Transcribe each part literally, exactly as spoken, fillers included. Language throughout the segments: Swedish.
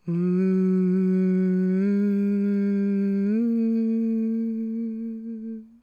Mm.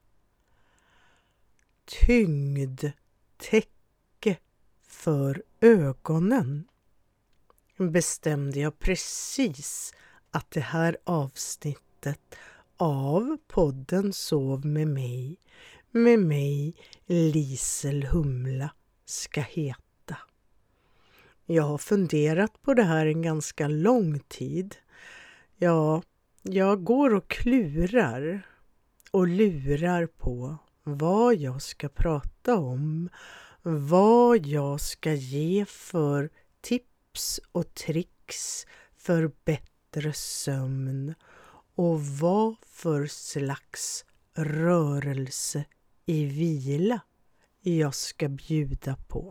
Tyngdtäcke för ögonen. Bestämde jag precis att det här avsnittet av podden Sov med mig, med mig Lisel Humla, ska heta. Jag har funderat på det här en ganska lång tid. Ja, jag går och klurar och lurar på vad jag ska prata om, vad jag ska ge för tips och tricks för bättre sömn och vad för slags rörelse i vila jag ska bjuda på.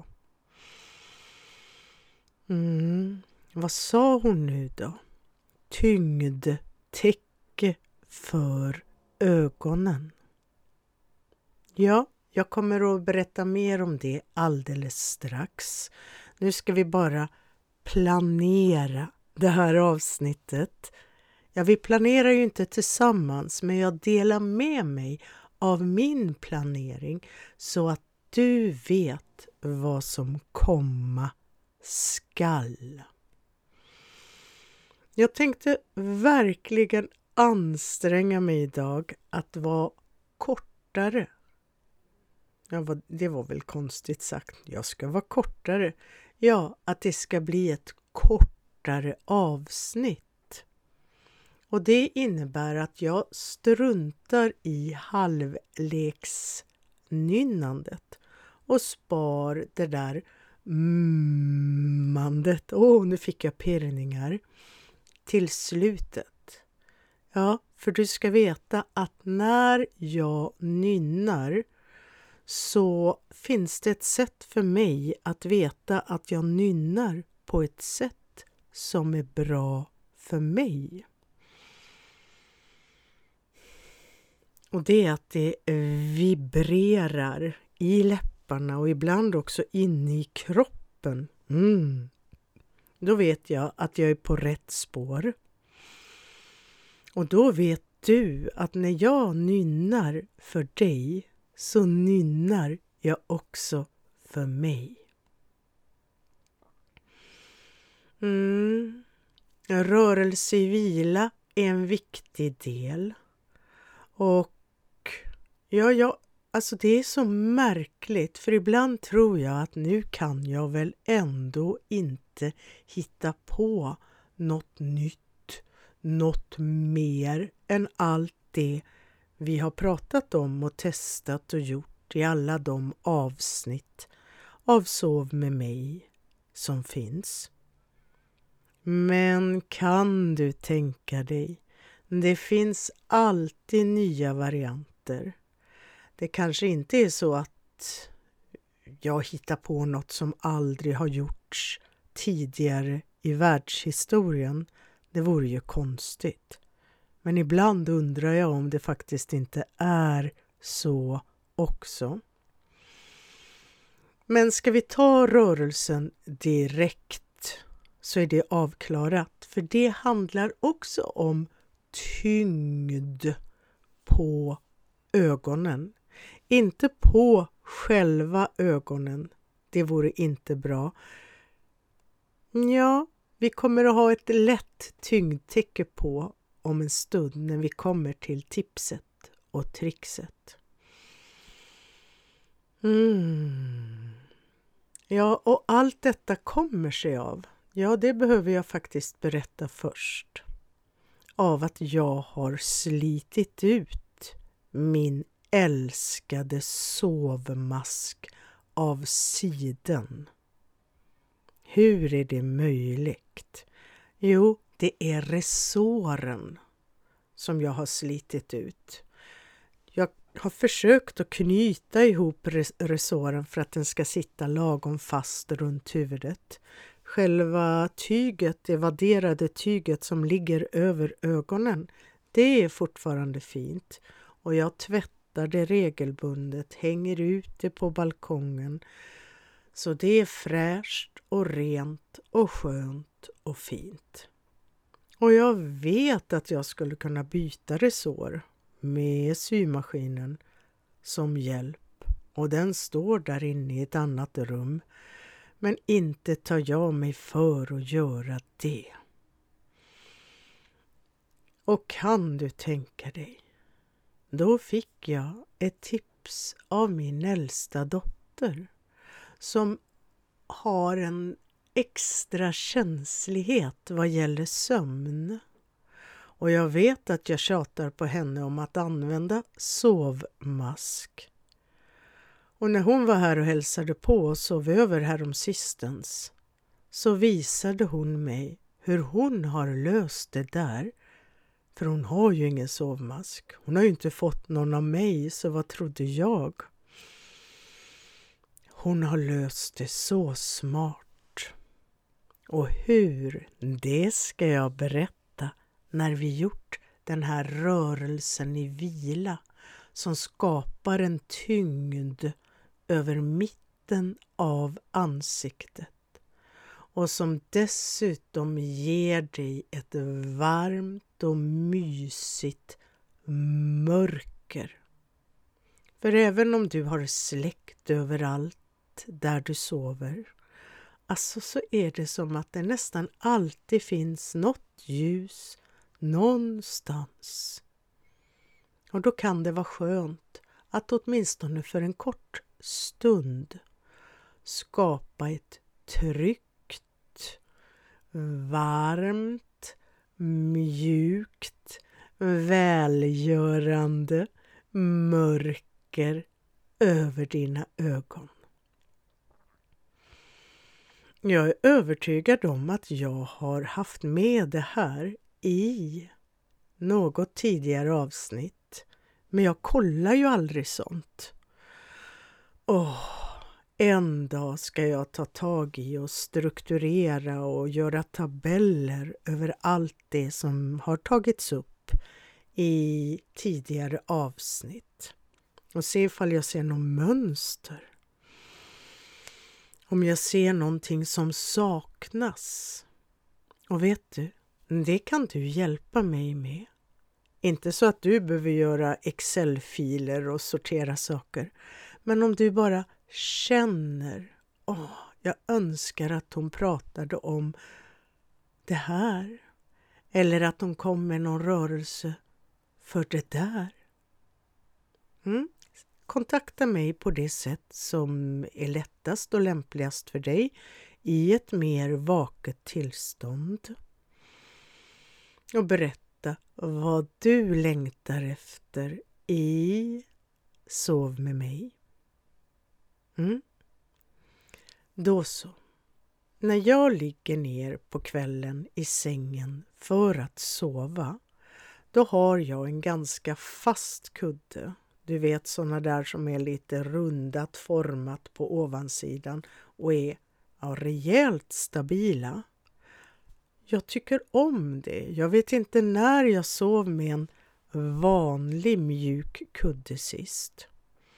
Mm, vad sa hon nu då? Tyngdtäcke för ögonen. Ja, jag kommer att berätta mer om det alldeles strax. Nu ska vi bara planera det här avsnittet. Ja, vi planerar ju inte tillsammans, men jag delar med mig av min planering så att du vet vad som komma skall. Jag tänkte verkligen anstränga mig idag att vara kortare. Ja, det var väl konstigt sagt. Jag ska vara kortare. Ja, att det ska bli ett kortare avsnitt. Och det innebär att jag struntar i halvleksnynnandet och spar det där mmandet. Åh, nu fick jag pirrningar. Till slutet. Ja, för du ska veta att när jag nynnar så finns det ett sätt för mig att veta att jag nynnar på ett sätt som är bra för mig. Och det är att det vibrerar i läpparna och ibland också inne i kroppen. Mm. Då vet jag att jag är på rätt spår. Och då vet du att när jag nynnar för dig så nynnar jag också för mig. Mm. Rörelse i vila är en viktig del. Och ja, ja, alltså det är så märkligt, för ibland tror jag att nu kan jag väl ändå inte hitta på något nytt, något mer än allt det vi har pratat om och testat och gjort i alla de avsnitt av Sov med mig som finns. Men kan du tänka dig, det finns alltid nya varianter. Det kanske inte är så att jag hittar på något som aldrig har gjorts tidigare i världshistorien. Det vore ju konstigt. Men ibland undrar jag om det faktiskt inte är så också. Men ska vi ta rörelsen direkt så är det avklarat. För det handlar också om tyngd på ögonen. Inte på själva ögonen. Det vore inte bra. Ja, vi kommer att ha ett lätt tyngdtäcke på om en stund när vi kommer till tipset och trixet. Mm. Ja, och allt detta kommer sig av. Ja, det behöver jag faktiskt berätta först. Av att jag har slitit ut min älskade sovmask av siden. Hur är det möjligt? Jo, det är resåren som jag har slitit ut. Jag har försökt att knyta ihop resåren för att den ska sitta lagom fast runt huvudet. Själva tyget, det vadderade tyget som ligger över ögonen, det är fortfarande fint. Och jag tvättar det regelbundet, hänger ut det på balkongen. Så det är fräscht och rent och skönt och fint. Och jag vet att jag skulle kunna byta resår med symaskinen som hjälp. Och den står där inne i ett annat rum. Men inte tar jag mig för att göra det. Och kan du tänka dig? Då fick jag ett tips av min äldsta dotter som har en extra känslighet vad gäller sömn. Och jag vet att jag tjatar på henne om att använda sovmask. Och när hon var här och hälsade på och sov över härom sistens så visade hon mig hur hon har löst det där. För hon har ju ingen sovmask. Hon har ju inte fått någon av mig, så vad trodde jag? Hon har löst det så smart. Och hur, det ska jag berätta när vi gjort den här rörelsen i vila som skapar en tyngd över mitten av ansiktet och som dessutom ger dig ett varmt och mysigt mörker. För även om du har släckt överallt där du sover, alltså så är det som att det nästan alltid finns något ljus någonstans. Och då kan det vara skönt att åtminstone för en kort stund skapa ett tryggt, varmt, mjukt, välgörande mörker över dina ögon. Jag är övertygad om att jag har haft med det här i något tidigare avsnitt, men jag kollar ju aldrig sånt. Åh, en dag ska jag ta tag i och strukturera och göra tabeller över allt det som har tagits upp i tidigare avsnitt och se ifall jag ser någon mönster. Om jag ser någonting som saknas. Och vet du, det kan du hjälpa mig med. Inte så att du behöver göra Excel-filer och sortera saker. Men om du bara känner, åh, jag önskar att hon pratade om det här. Eller att hon kom med någon rörelse för det där. Mm? Kontakta mig på det sätt som är lättast och lämpligast för dig i ett mer vaket tillstånd. Och berätta vad du längtar efter i Sov med mig. Mm. Då så. När jag ligger ner på kvällen i sängen för att sova, då har jag en ganska fast kudde. Du vet, sådana där som är lite rundat format på ovansidan och är ja, rejält stabila. Jag tycker om det. Jag vet inte när jag sov med en vanlig mjuk kudde sist.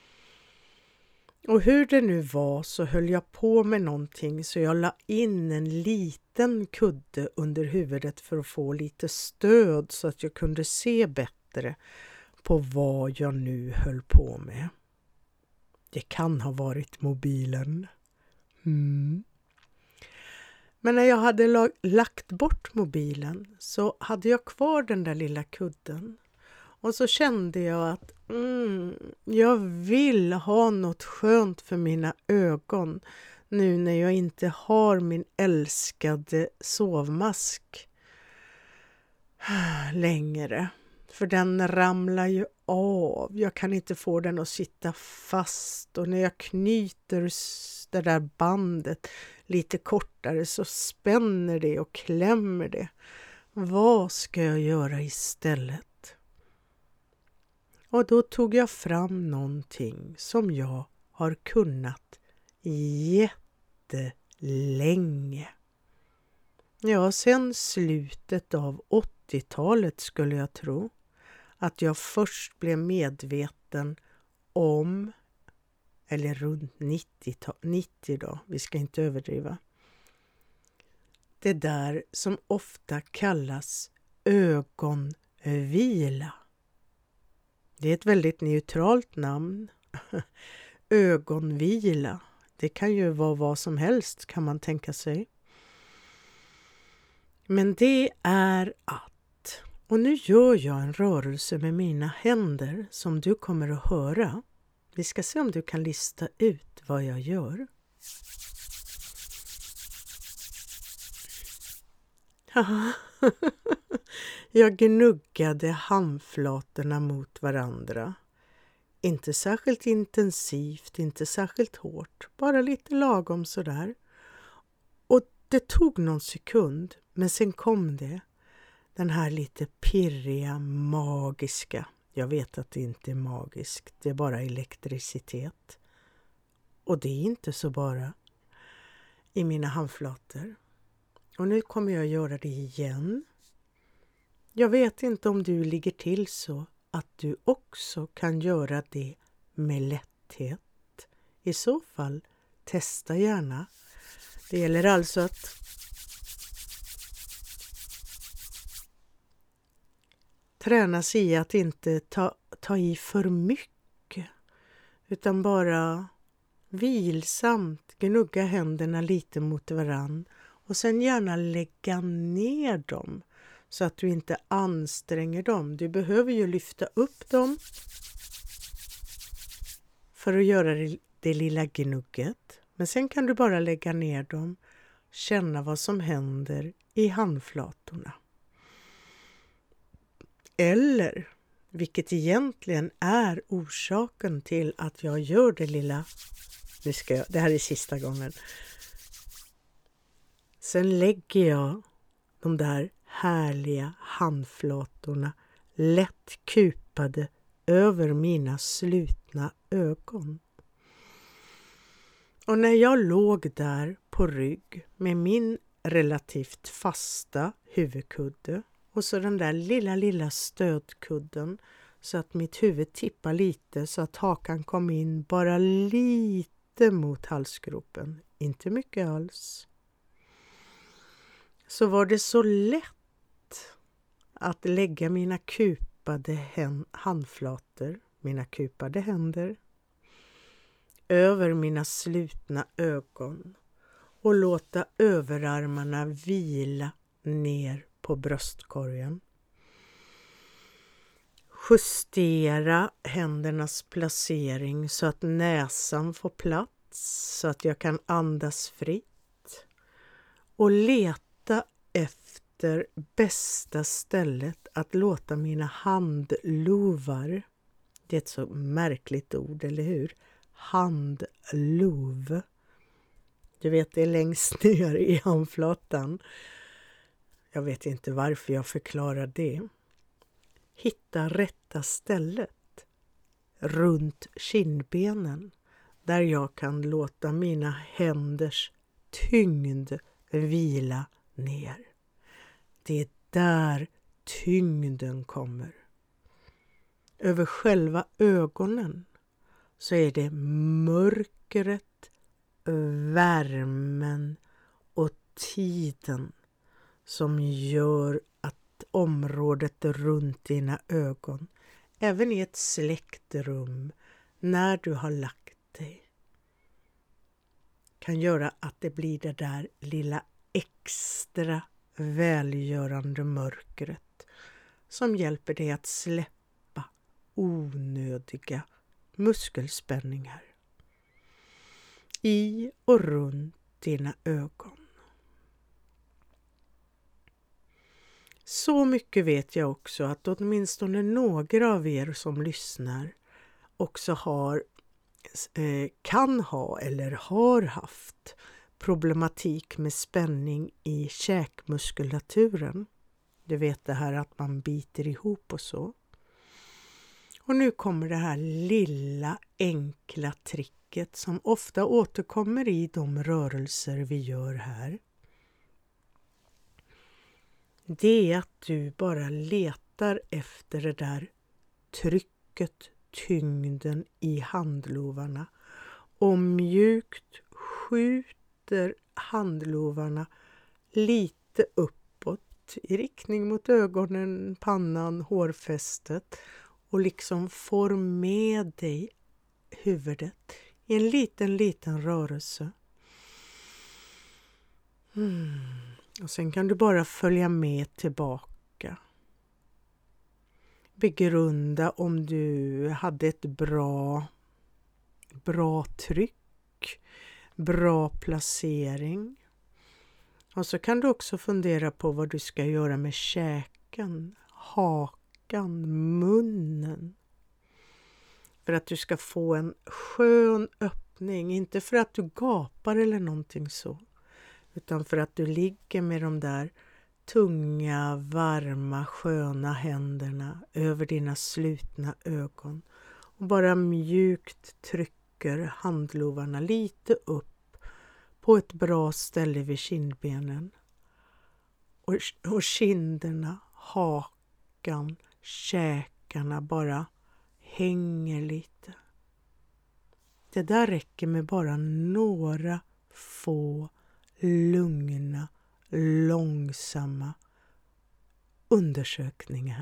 Och hur det nu var så höll jag på med någonting så jag la in en liten kudde under huvudet för att få lite stöd så att jag kunde se bättre på vad jag nu höll på med. Det kan ha varit mobilen. Mm. Men när jag hade lag- lagt bort mobilen så hade jag kvar den där lilla kudden. Och så kände jag att mm, jag vill ha något skönt för mina ögon nu när jag inte har min älskade sovmask längre. För den ramlar ju av. Jag kan inte få den att sitta fast. Och när jag knyter det där bandet lite kortare så spänner det och klämmer det. Vad ska jag göra istället? Och då tog jag fram någonting som jag har kunnat jättelänge. Ja, sen slutet av åttiotalet skulle jag tro. Att jag först blev medveten om, eller runt nittio, nittio då, vi ska inte överdriva. det där som ofta kallas ögonvila. Det är ett väldigt neutralt namn. Ögonvila. Det kan ju vara vad som helst, kan man tänka sig. Men det är att, och nu gör jag en rörelse med mina händer som du kommer att höra. Vi ska se om du kan lista ut vad jag gör. Jag gnuggade handflatorna mot varandra. Inte särskilt intensivt, inte särskilt hårt, bara lite lagom sådär. Och det tog någon sekund, men sen kom det. Den här lite pirriga, magiska. Jag vet att det inte är magiskt, det är bara elektricitet. Och det är inte så bara i mina handflator. Och nu kommer jag göra det igen. Jag vet inte om du ligger till så att du också kan göra det med lätthet. I så fall, testa gärna. Det gäller alltså att träna sig i att inte ta, ta i för mycket, utan bara vilsamt gnugga händerna lite mot varann och sen gärna lägga ner dem så att du inte anstränger dem. Du behöver ju lyfta upp dem för att göra det, det lilla gnugget, men sen kan du bara lägga ner dem, känna vad som händer i handflatorna. Eller, vilket egentligen är orsaken till att jag gör det lilla, det, ska jag, det här är sista gången. Sen lägger jag de där härliga handflatorna lätt kupade över mina slutna ögon. Och när jag låg där på rygg med min relativt fasta huvudkudde och så den där lilla, lilla stödkudden så att mitt huvud tippar lite så att hakan kom in bara lite mot halsgropen. Inte mycket alls. Så var det så lätt att lägga mina kupade handflator, mina kupade händer, över mina slutna ögon och låta överarmarna vila ner på bröstkorgen. Justera händernas placering så att näsan får plats, så att jag kan andas fritt. Och leta efter bästa stället att låta mina handlovar, det är ett så märkligt ord, eller hur? Handlov. Du vet, det är längst ner i handflatan. Jag vet inte varför jag förklarar det. Hitta rätta stället runt kindbenen där jag kan låta mina händers tyngd vila ner. Det är där tyngden kommer. Över själva ögonen så är det mörkret, värmen och tiden som gör att området runt dina ögon, även i ett släckt rum, när du har lagt dig, kan göra att det blir det där lilla extra välgörande mörkret som hjälper dig att släppa onödiga muskelspänningar i och runt dina ögon. Så mycket vet jag också att åtminstone några av er som lyssnar också har, eh, kan ha eller har haft problematik med spänning i käkmuskulaturen. Du vet det här att man biter ihop och så. Och nu kommer det här lilla enkla tricket som ofta återkommer i de rörelser vi gör här. Det är att du bara letar efter det där trycket, tyngden i handlovarna och mjukt skjuter handlovarna lite uppåt i riktning mot ögonen, pannan, hårfästet och liksom får med dig huvudet i en liten, liten rörelse. Mm. Och sen kan du bara följa med tillbaka. Begrunda om du hade ett bra, bra tryck, bra placering. Och så kan du också fundera på vad du ska göra med käken, hakan, munnen. För att du ska få en skön öppning, inte för att du gapar eller någonting så. Utan för att du ligger med de där tunga, varma, sköna händerna över dina slutna ögon. Och bara mjukt trycker handlovarna lite upp på ett bra ställe vid kindbenen. Och, och kinderna, hakan, käkarna bara hänger lite. Det där räcker med bara några få lugna, långsamma undersökningar.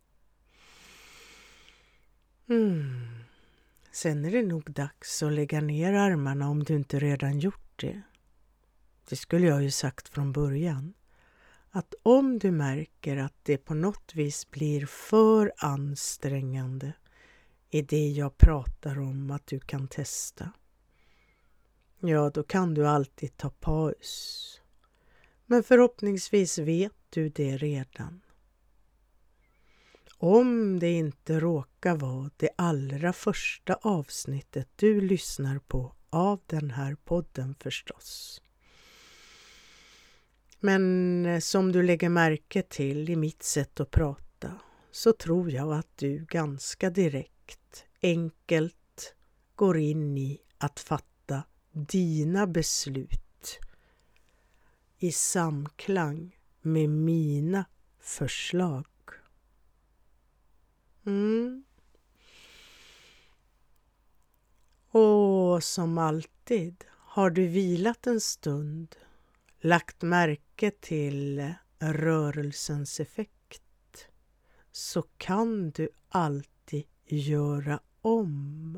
Mm. Sen är det nog dags att lägga ner armarna om du inte redan gjort det. Det skulle jag ju sagt från början. Att om du märker att det på något vis blir för ansträngande i det jag pratar om att du kan testa. Ja, då kan du alltid ta paus. Men förhoppningsvis vet du det redan. Om det inte råkar vara det allra första avsnittet du lyssnar på av den här podden förstås. Men som du lägger märke till i mitt sätt att prata så tror jag att du ganska direkt, enkelt går in i att fatta dina beslut i samklang med mina förslag. Mm. Och som alltid har du vilat en stund, lagt märke till rörelsens effekt, så kan du alltid göra om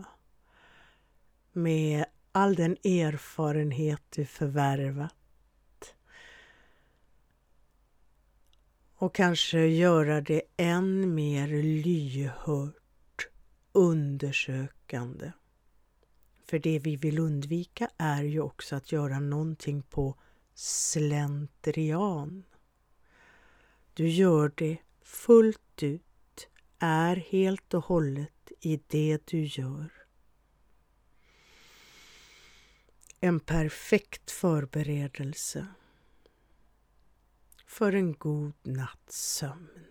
med all den erfarenhet du förvärvat. Och kanske göra det än mer lyhört, undersökande. För det vi vill undvika är ju också att göra någonting på slentrian. Du gör det fullt ut, är helt och hållet i det du gör. En perfekt förberedelse för en god natts sömn.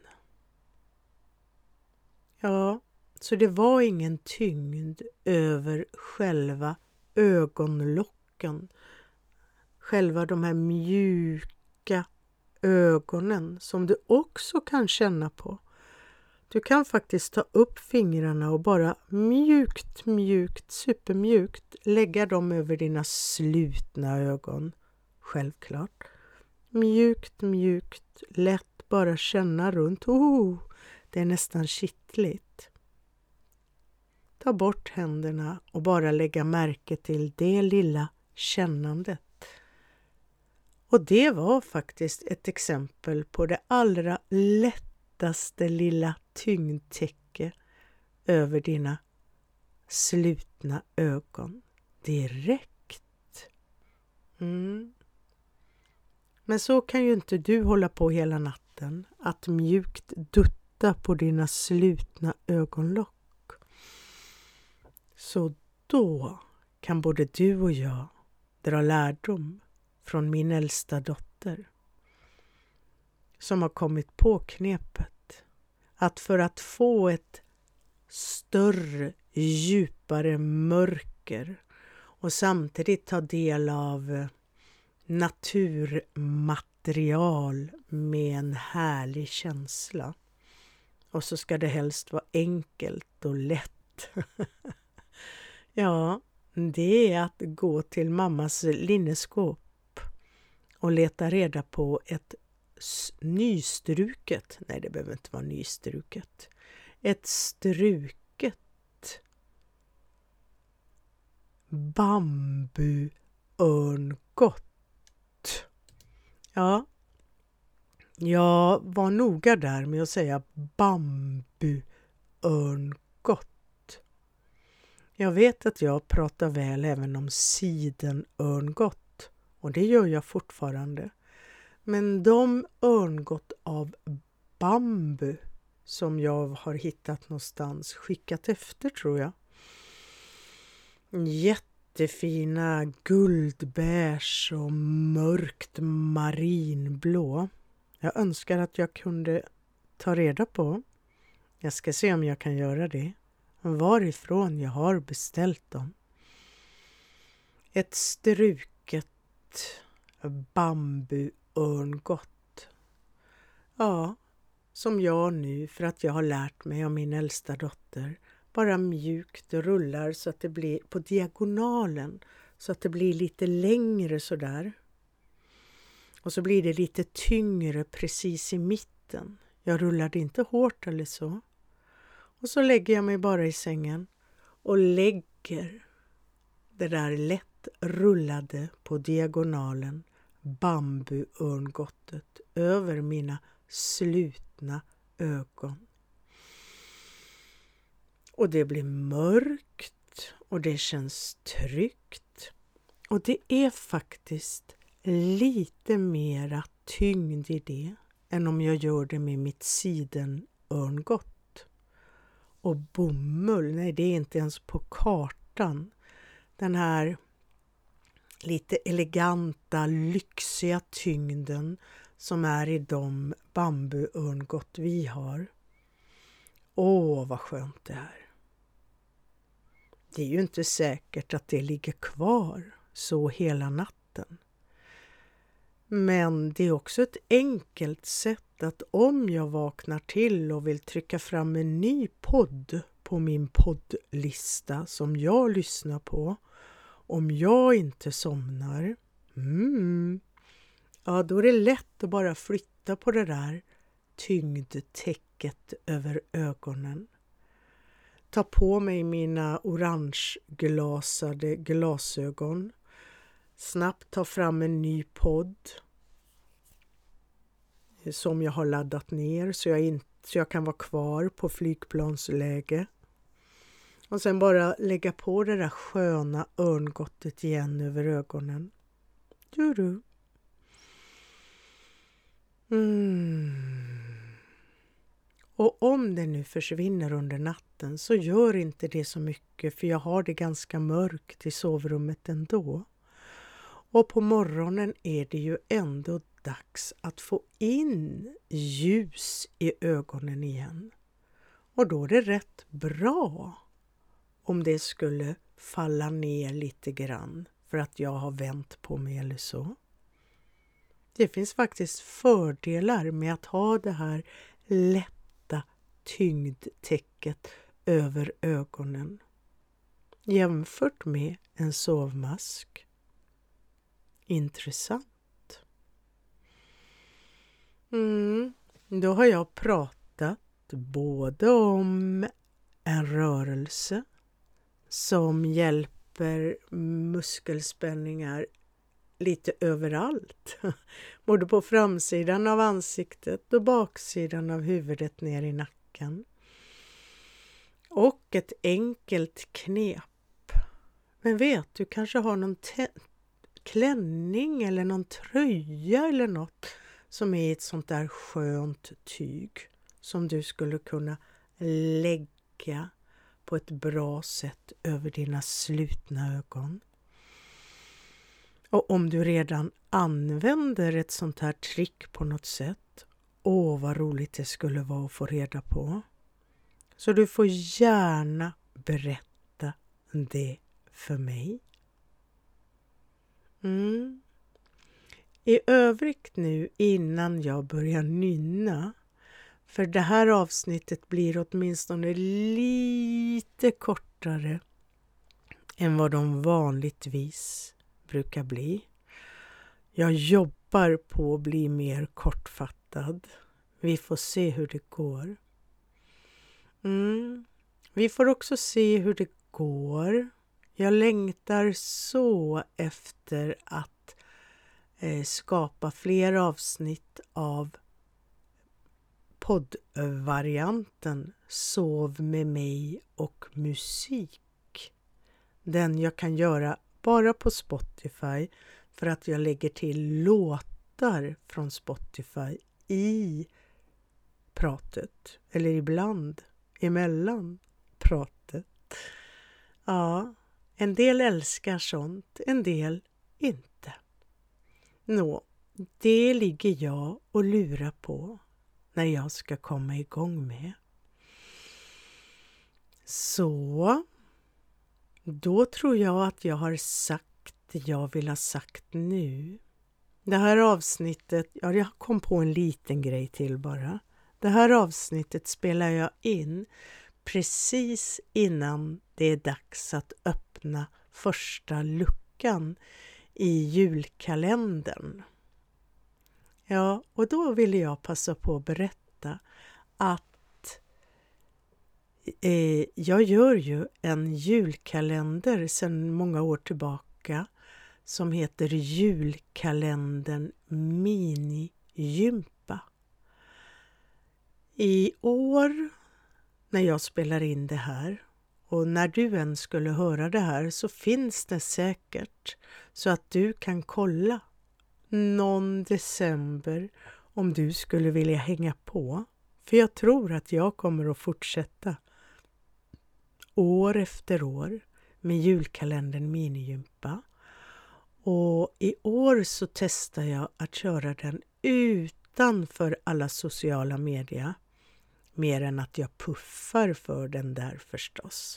Ja, så det var ingen tyngd över själva ögonlocken. Själva de här mjuka ögonen som du också kan känna på. Du kan faktiskt ta upp fingrarna och bara mjukt, mjukt, supermjukt lägga dem över dina slutna ögon. Självklart. Mjukt, mjukt, lätt bara känna runt. Oh, det är nästan kittligt. Ta bort händerna och bara lägga märke till det lilla kännandet. Och det var faktiskt ett exempel på det allra lättaste lilla tyngdtäcke över dina slutna ögon. Direkt. Mm. Men så kan ju inte du hålla på hela natten, att mjukt dutta på dina slutna ögonlock. Så då kan både du och jag dra lärdom från min äldsta dotter, som har kommit på knepet att för att få ett större, djupare mörker och samtidigt ta del av naturmaterial med en härlig känsla. Och så ska det helst vara enkelt och lätt. Ja, det är att gå till mammas linneskåp och leta reda på ett nystruket, nej det behöver inte vara nystruket, ett struket bambuörngott. Ja, jag var noga där med att säga bambuörngott. Jag vet att jag pratar väl även om sidenörngott och det gör jag fortfarande. Men de örngott av bambu som jag har hittat någonstans, skickat efter tror jag. Jättefina guldbeige och mörkt marinblå. Jag önskar att jag kunde ta reda på. Jag ska se om jag kan göra det. Varifrån jag har beställt dem. Ett struket bambuörngott. Ja, som jag nu för att jag har lärt mig av min äldsta dotter. Bara mjukt rullar så att det blir på diagonalen. Så att det blir lite längre sådär. Och så blir det lite tyngre precis i mitten. Jag rullade inte hårt eller så. Och så lägger jag mig bara i sängen och lägger det där lätt rullade på diagonalen bambuörngottet över mina slutna ögon. Och det blir mörkt och det känns tryggt. Och det är faktiskt lite mera tyngd i det än om jag gör det med mitt sidenörngott. Och bomull, nej det är inte ens på kartan. Den här lite eleganta, lyxiga tyngden som är i de bambuörngott vi har. Åh, vad skönt det är. Det är ju inte säkert att det ligger kvar så hela natten. Men det är också ett enkelt sätt att om jag vaknar till och vill trycka fram en ny podd på min poddlista som jag lyssnar på, om jag inte somnar, mm, ja då är det lätt att bara flytta på det där tyngdtäcket över ögonen. Ta på mig mina orangeglasade glasögon. Snabbt ta fram en ny podd som jag har laddat ner så jag, inte, så jag kan vara kvar på flygplansläge. Och sen bara lägga på det där sköna örngottet igen över ögonen. Du-du. Mm. Och om det nu försvinner under natten så gör inte det så mycket för jag har det ganska mörkt i sovrummet ändå. Och på morgonen är det ju ändå dags att få in ljus i ögonen igen. Och då är det rätt bra om det skulle falla ner lite grann för att jag har vänt på mig eller så. Det finns faktiskt fördelar med att ha det här lätta tyngdtäcket över ögonen jämfört med en sovmask. Intressant. Mm, då har jag pratat både om en rörelse som hjälper muskelspänningar lite överallt. Både på framsidan av ansiktet och baksidan av huvudet ner i nacken. Och ett enkelt knep. Men vet, du kanske har någon te- klänning eller någon tröja eller något som är ett sånt där skönt tyg som du skulle kunna lägga på ett bra sätt över dina slutna ögon. Och om du redan använder ett sånt här trick på något sätt, åh vad roligt det skulle vara att få reda på. Så du får gärna berätta det för mig. Mm. I övrigt nu innan jag börjar nynna, för det här avsnittet blir åtminstone lite kortare än vad de vanligtvis brukar bli. Jag jobbar hoppar på att bli mer kortfattad. Vi får se hur det går. Mm. Vi får också se hur det går. Jag längtar så efter att eh, skapa fler avsnitt av poddvarianten Sov med mig och musik. Den jag kan göra bara på Spotify för att jag lägger till låtar från Spotify i pratet. Eller ibland emellan pratet. Ja, en del älskar sånt, en del inte. Nå, det ligger jag och lurar på när jag ska komma igång med. Så, då tror jag att jag har sagt det jag vill ha sagt nu. Det här avsnittet, ja jag kom på en liten grej till bara. Det här avsnittet spelar jag in precis innan det är dags att öppna första luckan i julkalendern. Ja, och då ville jag passa på att berätta att eh, jag gör ju en julkalender sedan många år tillbaka som heter julkalendern Minigympa. I år när jag spelar in det här och när du än skulle höra det här så finns det säkert så att du kan kolla någon december om du skulle vilja hänga på. För jag tror att jag kommer att fortsätta år efter år med julkalendern Minigympa. Och i år så testar jag att köra den utanför alla sociala medier. Mer än att jag puffar för den där förstås.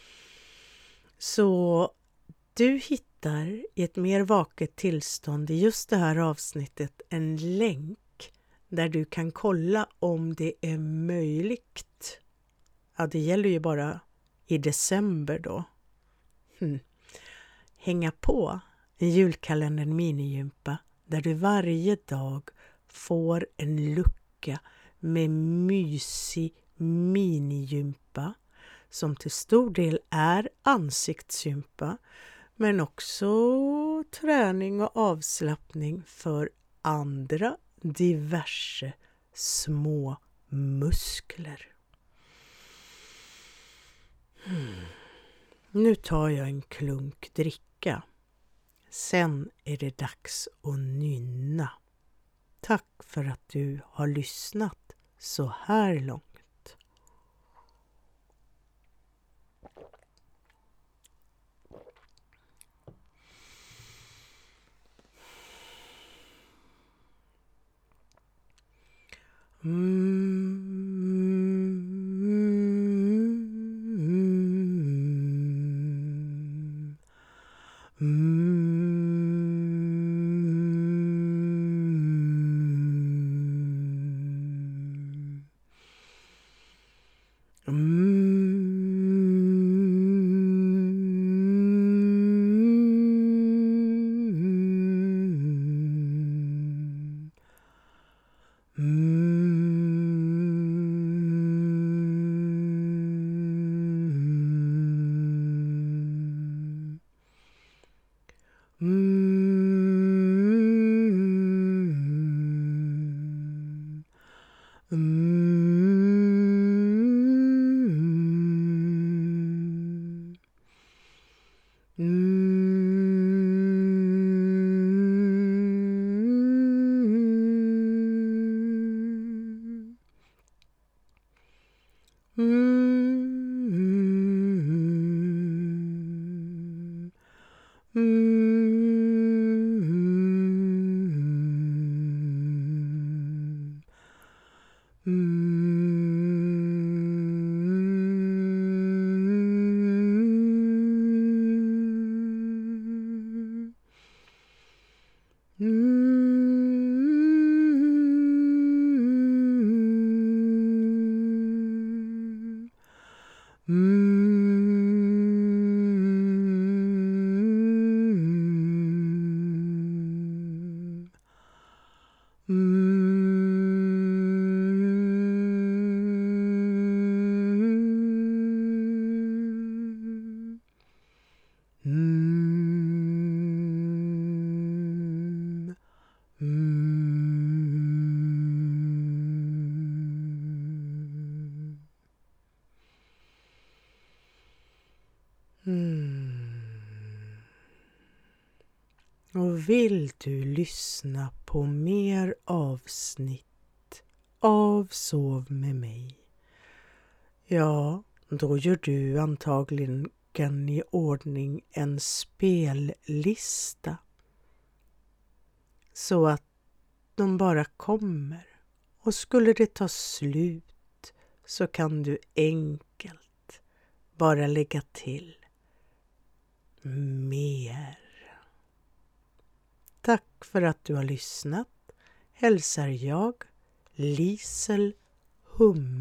Så du hittar i ett mer vaket tillstånd i just det här avsnittet en länk där du kan kolla om det är möjligt. Ja, det gäller ju bara i december då. Hm. Hänga på en julkalendern Minigympa där du varje dag får en lucka med mysig minigympa som till stor del är ansiktsgympa men också träning och avslappning för andra diverse små muskler. Hmm. Nu tar jag en klunk dricka. Sen är det dags att nynna. Tack för att du har lyssnat så här långt. Mm. Mm. vill du lyssna på mer avsnitt av Sov med mig, ja, då gör du antagligen i ordning en spellista så att de bara kommer, och skulle det ta slut så kan du enkelt bara lägga till mer. Tack för att du har lyssnat. Hälsar jag, Lisel Hummer.